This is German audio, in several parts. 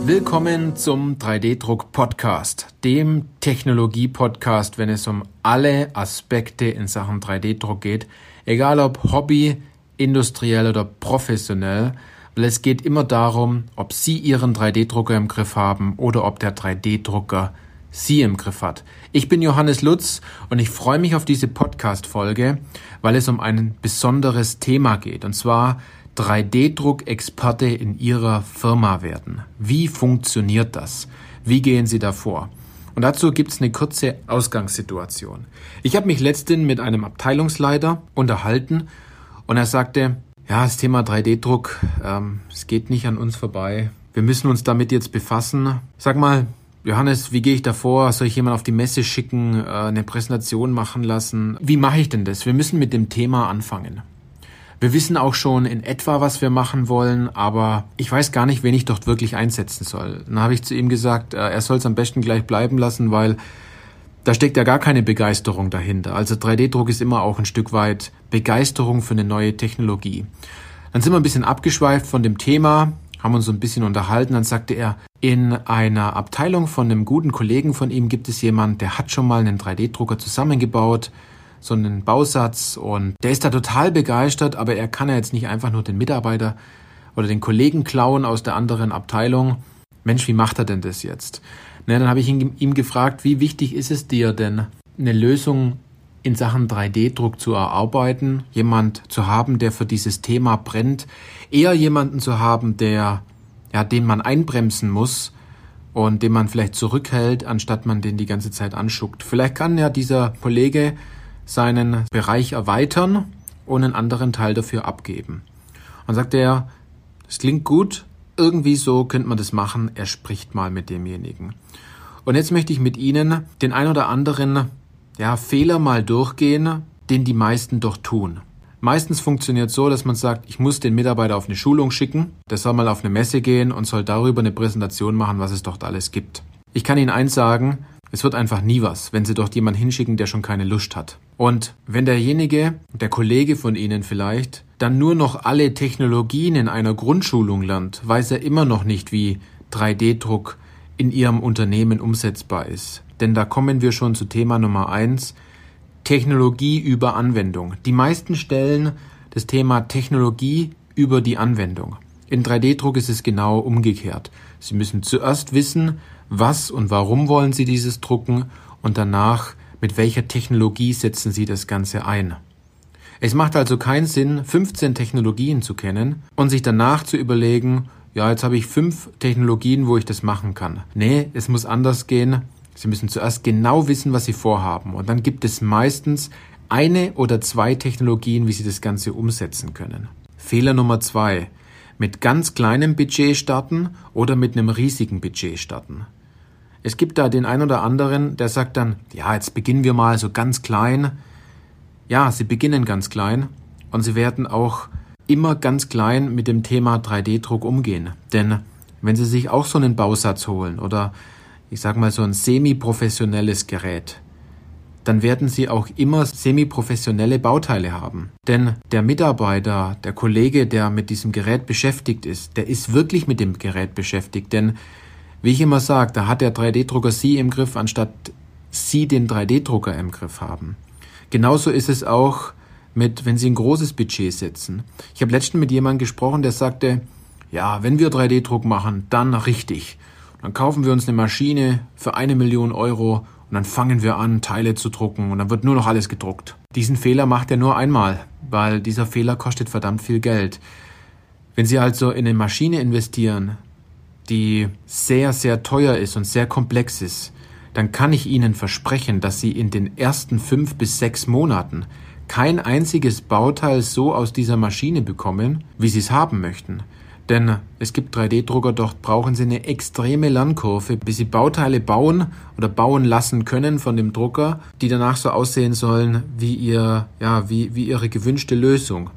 Willkommen zum 3D-Druck-Podcast, dem Technologie-Podcast, wenn es um alle Aspekte in Sachen 3D-Druck geht, egal ob Hobby, industriell oder professionell, weil es geht immer darum, ob Sie Ihren 3D-Drucker im Griff haben oder ob der 3D-Drucker Sie im Griff hat. Ich bin Johannes Lutz und ich freue mich auf diese Podcast-Folge, weil es um ein besonderes Thema geht, und zwar 3D-Druck-Experte in Ihrer Firma werden. Wie funktioniert das? Wie gehen Sie da vor? Und dazu gibt es eine kurze Ausgangssituation. Ich habe mich letztens mit einem Abteilungsleiter unterhalten und er sagte, ja, das Thema 3D-Druck, es geht nicht an uns vorbei. Wir müssen uns damit jetzt befassen. Sag mal, Johannes, wie gehe ich da vor? Soll ich jemanden auf die Messe schicken, eine Präsentation machen lassen? Wie mache ich denn das? Wir müssen mit dem Thema anfangen. Wir wissen auch schon in etwa, was wir machen wollen, aber ich weiß gar nicht, wen ich dort wirklich einsetzen soll. Dann habe ich zu ihm gesagt, er soll es am besten gleich bleiben lassen, weil da steckt ja gar keine Begeisterung dahinter. Also 3D-Druck ist immer auch ein Stück weit Begeisterung für eine neue Technologie. Dann sind wir ein bisschen abgeschweift von dem Thema, haben uns so ein bisschen unterhalten. Dann sagte er, in einer Abteilung von einem guten Kollegen von ihm gibt es jemanden, der hat schon mal einen 3D-Drucker zusammengebaut, so einen Bausatz, und der ist da total begeistert, aber er kann ja jetzt nicht einfach nur den Mitarbeiter oder den Kollegen klauen aus der anderen Abteilung. Mensch, wie macht er denn das jetzt? Dann habe ich ihm gefragt, wie wichtig ist es dir denn, eine Lösung in Sachen 3D-Druck zu erarbeiten, jemand zu haben, der für dieses Thema brennt, eher jemanden zu haben, den man einbremsen muss und den man vielleicht zurückhält, anstatt man den die ganze Zeit anschuckt. Vielleicht kann ja dieser Kollege seinen Bereich erweitern und einen anderen Teil dafür abgeben. Dann sagt er, das klingt gut, irgendwie so könnte man das machen, er spricht mal mit demjenigen. Und jetzt möchte ich mit Ihnen den ein oder anderen Fehler mal durchgehen, den die meisten doch tun. Meistens funktioniert so, dass man sagt, ich muss den Mitarbeiter auf eine Schulung schicken, der soll mal auf eine Messe gehen und soll darüber eine Präsentation machen, was es dort alles gibt. Ich kann Ihnen eins sagen, es wird einfach nie was, wenn Sie dort jemanden hinschicken, der schon keine Lust hat. Und wenn derjenige, der Kollege von Ihnen vielleicht, dann nur noch alle Technologien in einer Grundschulung lernt, weiß er immer noch nicht, wie 3D-Druck in Ihrem Unternehmen umsetzbar ist. Denn da kommen wir schon zu Thema Nummer 1, Technologie über Anwendung. Die meisten stellen das Thema Technologie über die Anwendung. In 3D-Druck ist es genau umgekehrt. Sie müssen zuerst wissen, was und warum wollen Sie dieses drucken, und danach, mit welcher Technologie setzen Sie das Ganze ein. Es macht also keinen Sinn, 15 Technologien zu kennen und sich danach zu überlegen, jetzt habe ich 5 Technologien, wo ich das machen kann. Nee, es muss anders gehen. Sie müssen zuerst genau wissen, was Sie vorhaben, und dann gibt es meistens 1 oder 2 Technologien, wie Sie das Ganze umsetzen können. Fehler Nummer 2. Mit ganz kleinem Budget starten oder mit einem riesigen Budget starten. Es gibt da den einen oder anderen, der sagt dann, jetzt beginnen wir mal so ganz klein. Ja, Sie beginnen ganz klein und Sie werden auch immer ganz klein mit dem Thema 3D-Druck umgehen. Denn wenn Sie sich auch so einen Bausatz holen oder ich sage mal so ein semi-professionelles Gerät, dann werden Sie auch immer semi-professionelle Bauteile haben. Denn der Mitarbeiter, der Kollege, der mit diesem Gerät beschäftigt ist, der ist wirklich mit dem Gerät beschäftigt. Denn, wie ich immer sage, da hat der 3D-Drucker Sie im Griff, anstatt Sie den 3D-Drucker im Griff haben. Genauso ist es auch wenn Sie ein großes Budget setzen. Ich habe letztens mit jemandem gesprochen, der sagte, wenn wir 3D-Druck machen, dann richtig. Dann kaufen wir uns eine Maschine für 1 Million Euro und dann fangen wir an, Teile zu drucken, und dann wird nur noch alles gedruckt. Diesen Fehler macht er nur einmal, weil dieser Fehler kostet verdammt viel Geld. Wenn Sie also in eine Maschine investieren, die sehr, sehr teuer ist und sehr komplex ist, dann kann ich Ihnen versprechen, dass Sie in den ersten 5 bis 6 Monaten kein einziges Bauteil so aus dieser Maschine bekommen, wie Sie es haben möchten. Denn es gibt 3D-Drucker, dort brauchen Sie eine extreme Lernkurve, bis Sie Bauteile bauen oder bauen lassen können von dem Drucker, die danach so aussehen sollen wie Ihre gewünschte Lösung.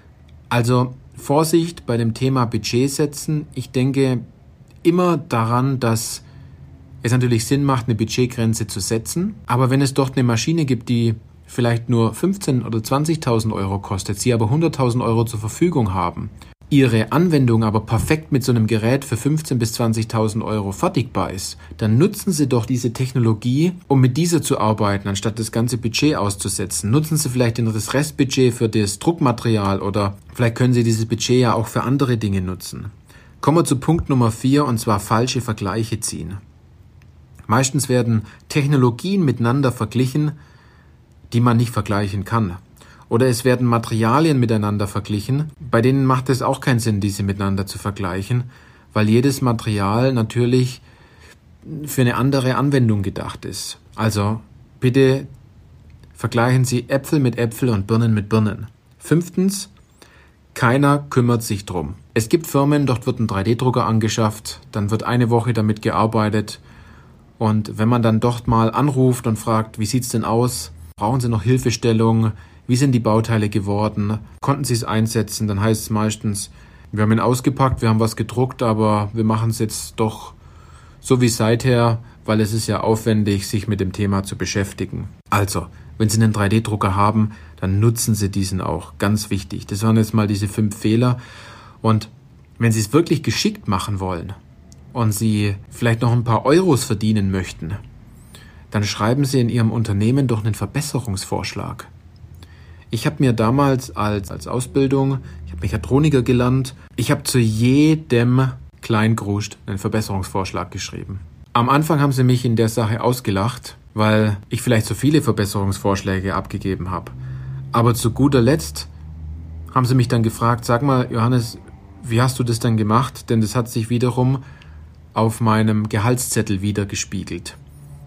Also Vorsicht bei dem Thema Budget setzen. Ich denke immer daran, dass es natürlich Sinn macht, eine Budgetgrenze zu setzen. Aber wenn es dort eine Maschine gibt, die vielleicht nur 15.000 oder 20.000 Euro kostet, Sie aber 100.000 Euro zur Verfügung haben, Ihre Anwendung aber perfekt mit so einem Gerät für 15.000 bis 20.000 Euro fertigbar ist, dann nutzen Sie doch diese Technologie, um mit dieser zu arbeiten, anstatt das ganze Budget auszusetzen. Nutzen Sie vielleicht das Restbudget für das Druckmaterial oder vielleicht können Sie dieses Budget ja auch für andere Dinge nutzen. Kommen wir zu Punkt Nummer 4, und zwar falsche Vergleiche ziehen. Meistens werden Technologien miteinander verglichen, die man nicht vergleichen kann. Oder es werden Materialien miteinander verglichen, bei denen macht es auch keinen Sinn, diese miteinander zu vergleichen, weil jedes Material natürlich für eine andere Anwendung gedacht ist. Also bitte vergleichen Sie Äpfel mit Äpfel und Birnen mit Birnen. 5. Keiner kümmert sich drum. Es gibt Firmen, dort wird ein 3D-Drucker angeschafft, dann wird eine Woche damit gearbeitet und wenn man dann dort mal anruft und fragt, wie sieht's denn aus? Brauchen Sie noch Hilfestellung? Wie sind die Bauteile geworden? Konnten Sie es einsetzen? Dann heißt es meistens, wir haben ihn ausgepackt, wir haben was gedruckt, aber wir machen es jetzt doch so wie seither, weil es ist ja aufwendig, sich mit dem Thema zu beschäftigen. Also, wenn Sie einen 3D-Drucker haben, dann nutzen Sie diesen auch. Ganz wichtig. Das waren jetzt mal diese 5 Fehler. Und wenn Sie es wirklich geschickt machen wollen und Sie vielleicht noch ein paar Euros verdienen möchten, dann schreiben Sie in Ihrem Unternehmen doch einen Verbesserungsvorschlag. Ich habe mir damals als Ausbildung, ich habe Mechatroniker gelernt, ich habe zu jedem Kleingruscht einen Verbesserungsvorschlag geschrieben. Am Anfang haben sie mich in der Sache ausgelacht, weil ich vielleicht so viele Verbesserungsvorschläge abgegeben habe. Aber zu guter Letzt haben sie mich dann gefragt, sag mal, Johannes, wie hast du das denn gemacht? Denn das hat sich wiederum auf meinem Gehaltszettel wiedergespiegelt.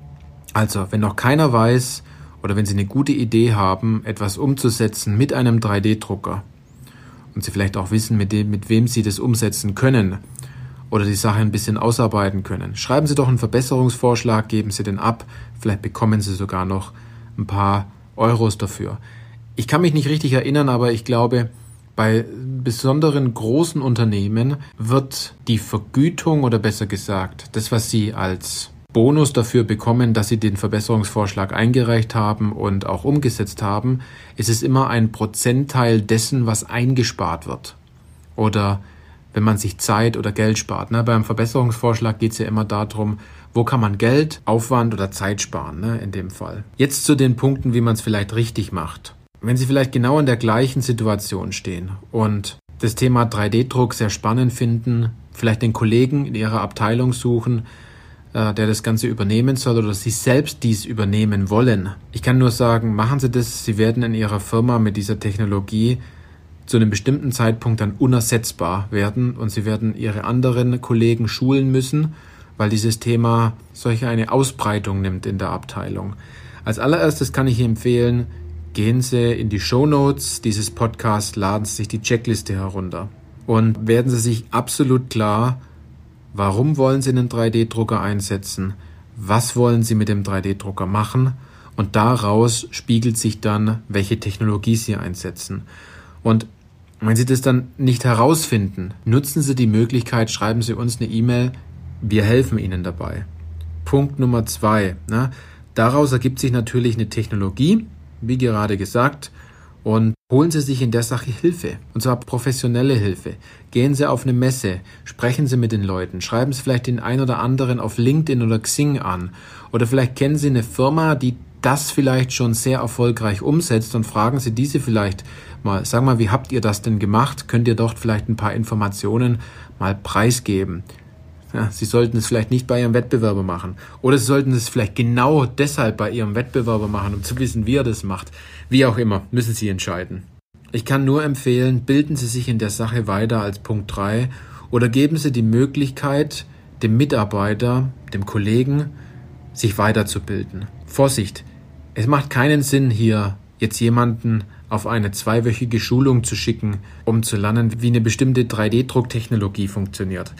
Also, wenn noch keiner weiß oder wenn Sie eine gute Idee haben, etwas umzusetzen mit einem 3D-Drucker und Sie vielleicht auch wissen, mit wem Sie das umsetzen können oder die Sache ein bisschen ausarbeiten können, schreiben Sie doch einen Verbesserungsvorschlag, geben Sie den ab, vielleicht bekommen Sie sogar noch ein paar Euros dafür. Ich kann mich nicht richtig erinnern, aber ich glaube, bei besonderen großen Unternehmen wird die Vergütung oder besser gesagt, das, was Sie als Bonus dafür bekommen, dass Sie den Verbesserungsvorschlag eingereicht haben und auch umgesetzt haben, ist es immer ein Prozentteil dessen, was eingespart wird. Oder wenn man sich Zeit oder Geld spart. Beim Verbesserungsvorschlag geht es ja immer darum, wo kann man Geld, Aufwand oder Zeit sparen, in dem Fall. Jetzt zu den Punkten, wie man es vielleicht richtig macht. Wenn Sie vielleicht genau in der gleichen Situation stehen und das Thema 3D-Druck sehr spannend finden, vielleicht den Kollegen in Ihrer Abteilung suchen, der das Ganze übernehmen soll oder Sie selbst dies übernehmen wollen. Ich kann nur sagen, machen Sie das. Sie werden in Ihrer Firma mit dieser Technologie zu einem bestimmten Zeitpunkt dann unersetzbar werden und Sie werden Ihre anderen Kollegen schulen müssen, weil dieses Thema solche eine Ausbreitung nimmt in der Abteilung. Als allererstes kann ich Ihnen empfehlen, gehen Sie in die Shownotes dieses Podcasts, laden Sie sich die Checkliste herunter und werden Sie sich absolut klar, warum wollen Sie einen 3D-Drucker einsetzen? Was wollen Sie mit dem 3D-Drucker machen? Und daraus spiegelt sich dann, welche Technologie Sie einsetzen. Und wenn Sie das dann nicht herausfinden, nutzen Sie die Möglichkeit, schreiben Sie uns eine E-Mail, wir helfen Ihnen dabei. Punkt Nummer 2. Daraus ergibt sich natürlich eine Technologie, wie gerade gesagt, und holen Sie sich in der Sache Hilfe, und zwar professionelle Hilfe. Gehen Sie auf eine Messe, sprechen Sie mit den Leuten, schreiben Sie vielleicht den einen oder anderen auf LinkedIn oder Xing an oder vielleicht kennen Sie eine Firma, die das vielleicht schon sehr erfolgreich umsetzt und fragen Sie diese vielleicht mal, sag mal, wie habt ihr das denn gemacht? Könnt ihr dort vielleicht ein paar Informationen mal preisgeben? Ja, Sie sollten es vielleicht nicht bei Ihrem Wettbewerber machen. Oder Sie sollten es vielleicht genau deshalb bei Ihrem Wettbewerber machen, um zu wissen, wie er das macht. Wie auch immer, müssen Sie entscheiden. Ich kann nur empfehlen, bilden Sie sich in der Sache weiter als Punkt 3 oder geben Sie die Möglichkeit, dem Mitarbeiter, dem Kollegen, sich weiterzubilden. Vorsicht, es macht keinen Sinn, hier jetzt jemanden auf eine 2-wöchige Schulung zu schicken, um zu lernen, wie eine bestimmte 3D-Drucktechnologie funktioniert.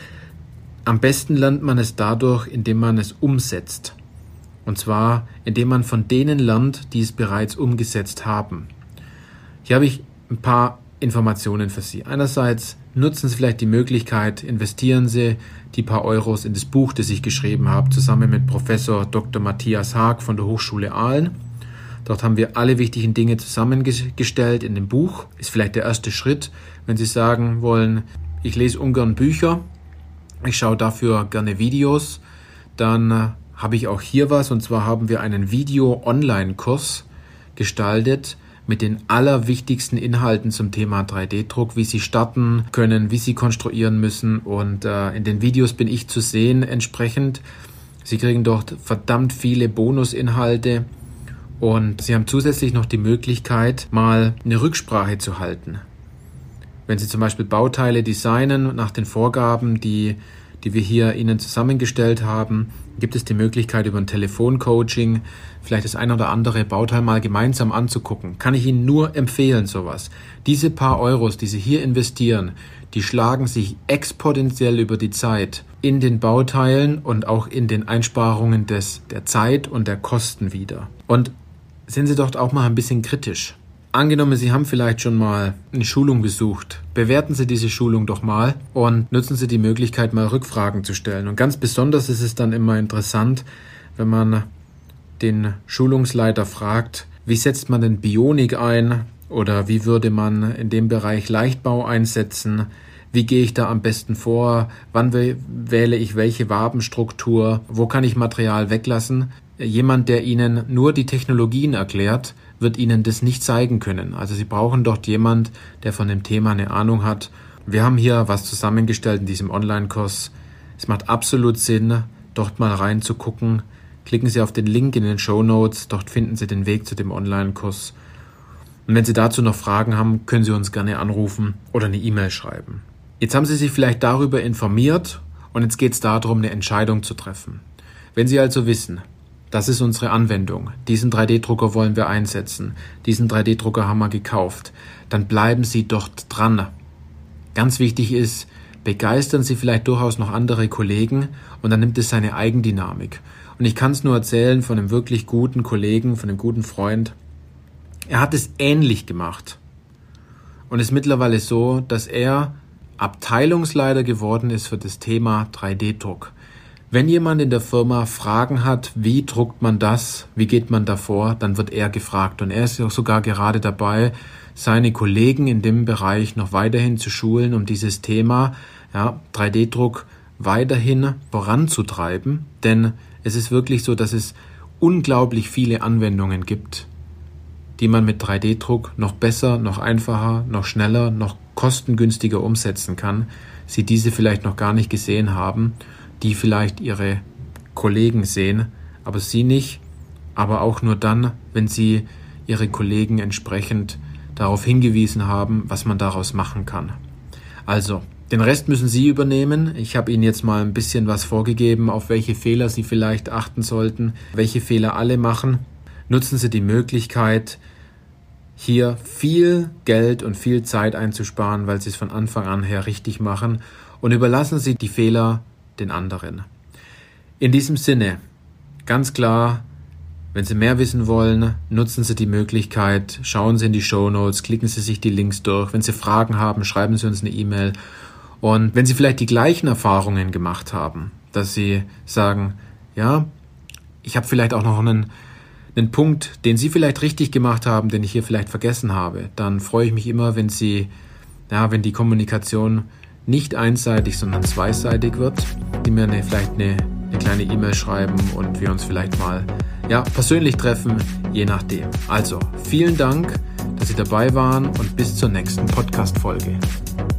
Am besten lernt man es dadurch, indem man es umsetzt. Und zwar, indem man von denen lernt, die es bereits umgesetzt haben. Hier habe ich ein paar Informationen für Sie. Einerseits nutzen Sie vielleicht die Möglichkeit, investieren Sie die paar Euros in das Buch, das ich geschrieben habe, zusammen mit Professor Dr. Matthias Haag von der Hochschule Aalen. Dort haben wir alle wichtigen Dinge zusammengestellt in dem Buch. Ist vielleicht der erste Schritt, wenn Sie sagen wollen, ich lese ungern Bücher, ich schaue dafür gerne Videos, dann habe ich auch hier was, und zwar haben wir einen Video-Online-Kurs gestaltet mit den allerwichtigsten Inhalten zum Thema 3D-Druck, wie Sie starten können, wie Sie konstruieren müssen, und in den Videos bin ich zu sehen entsprechend. Sie kriegen dort verdammt viele Bonusinhalte und Sie haben zusätzlich noch die Möglichkeit, mal eine Rücksprache zu halten. Wenn Sie zum Beispiel Bauteile designen nach den Vorgaben, die wir hier Ihnen zusammengestellt haben, gibt es die Möglichkeit, über ein Telefoncoaching vielleicht das ein oder andere Bauteil mal gemeinsam anzugucken. Kann ich Ihnen nur empfehlen, sowas. Diese paar Euros, die Sie hier investieren, die schlagen sich exponentiell über die Zeit in den Bauteilen und auch in den Einsparungen der Zeit und der Kosten wieder. Und sind Sie doch auch mal ein bisschen kritisch. Angenommen, Sie haben vielleicht schon mal eine Schulung besucht. Bewerten Sie diese Schulung doch mal und nutzen Sie die Möglichkeit, mal Rückfragen zu stellen. Und ganz besonders ist es dann immer interessant, wenn man den Schulungsleiter fragt, wie setzt man denn Bionik ein oder wie würde man in dem Bereich Leichtbau einsetzen? Wie gehe ich da am besten vor? Wann wähle ich welche Wabenstruktur? Wo kann ich Material weglassen? Jemand, der Ihnen nur die Technologien erklärt, wird Ihnen das nicht zeigen können. Also Sie brauchen dort jemand, der von dem Thema eine Ahnung hat. Wir haben hier was zusammengestellt in diesem Online-Kurs. Es macht absolut Sinn, dort mal reinzugucken. Klicken Sie auf den Link in den Shownotes, dort finden Sie den Weg zu dem Online-Kurs. Und wenn Sie dazu noch Fragen haben, können Sie uns gerne anrufen oder eine E-Mail schreiben. Jetzt haben Sie sich vielleicht darüber informiert und jetzt geht es darum, eine Entscheidung zu treffen. Wenn Sie also wissen, das ist unsere Anwendung, diesen 3D-Drucker wollen wir einsetzen, diesen 3D-Drucker haben wir gekauft, dann bleiben Sie dort dran. Ganz wichtig ist, begeistern Sie vielleicht durchaus noch andere Kollegen und dann nimmt es seine Eigendynamik. Und ich kann es nur erzählen von einem wirklich guten Kollegen, von einem guten Freund. Er hat es ähnlich gemacht und ist mittlerweile so, dass er Abteilungsleiter geworden ist für das Thema 3D-Druck. Wenn jemand in der Firma Fragen hat, wie druckt man das, wie geht man davor, dann wird er gefragt. Und er ist auch sogar gerade dabei, seine Kollegen in dem Bereich noch weiterhin zu schulen, um dieses Thema 3D-Druck weiterhin voranzutreiben. Denn es ist wirklich so, dass es unglaublich viele Anwendungen gibt, die man mit 3D-Druck noch besser, noch einfacher, noch schneller, noch kostengünstiger umsetzen kann, Sie diese vielleicht noch gar nicht gesehen haben, die vielleicht Ihre Kollegen sehen, aber Sie nicht, aber auch nur dann, wenn Sie Ihre Kollegen entsprechend darauf hingewiesen haben, was man daraus machen kann. Also, den Rest müssen Sie übernehmen. Ich habe Ihnen jetzt mal ein bisschen was vorgegeben, auf welche Fehler Sie vielleicht achten sollten, welche Fehler alle machen. Nutzen Sie die Möglichkeit, hier viel Geld und viel Zeit einzusparen, weil Sie es von Anfang an her richtig machen, und überlassen Sie die Fehler den anderen. In diesem Sinne, ganz klar, wenn Sie mehr wissen wollen, nutzen Sie die Möglichkeit, schauen Sie in die Shownotes, klicken Sie sich die Links durch. Wenn Sie Fragen haben, schreiben Sie uns eine E-Mail. Und wenn Sie vielleicht die gleichen Erfahrungen gemacht haben, dass Sie sagen, ja, ich habe vielleicht auch noch einen Punkt, den Sie vielleicht richtig gemacht haben, den ich hier vielleicht vergessen habe, dann freue ich mich immer, wenn die Kommunikation nicht einseitig, sondern zweiseitig wird, die mir vielleicht eine kleine E-Mail schreiben und wir uns vielleicht mal persönlich treffen, je nachdem. Also, vielen Dank, dass Sie dabei waren und bis zur nächsten Podcast-Folge.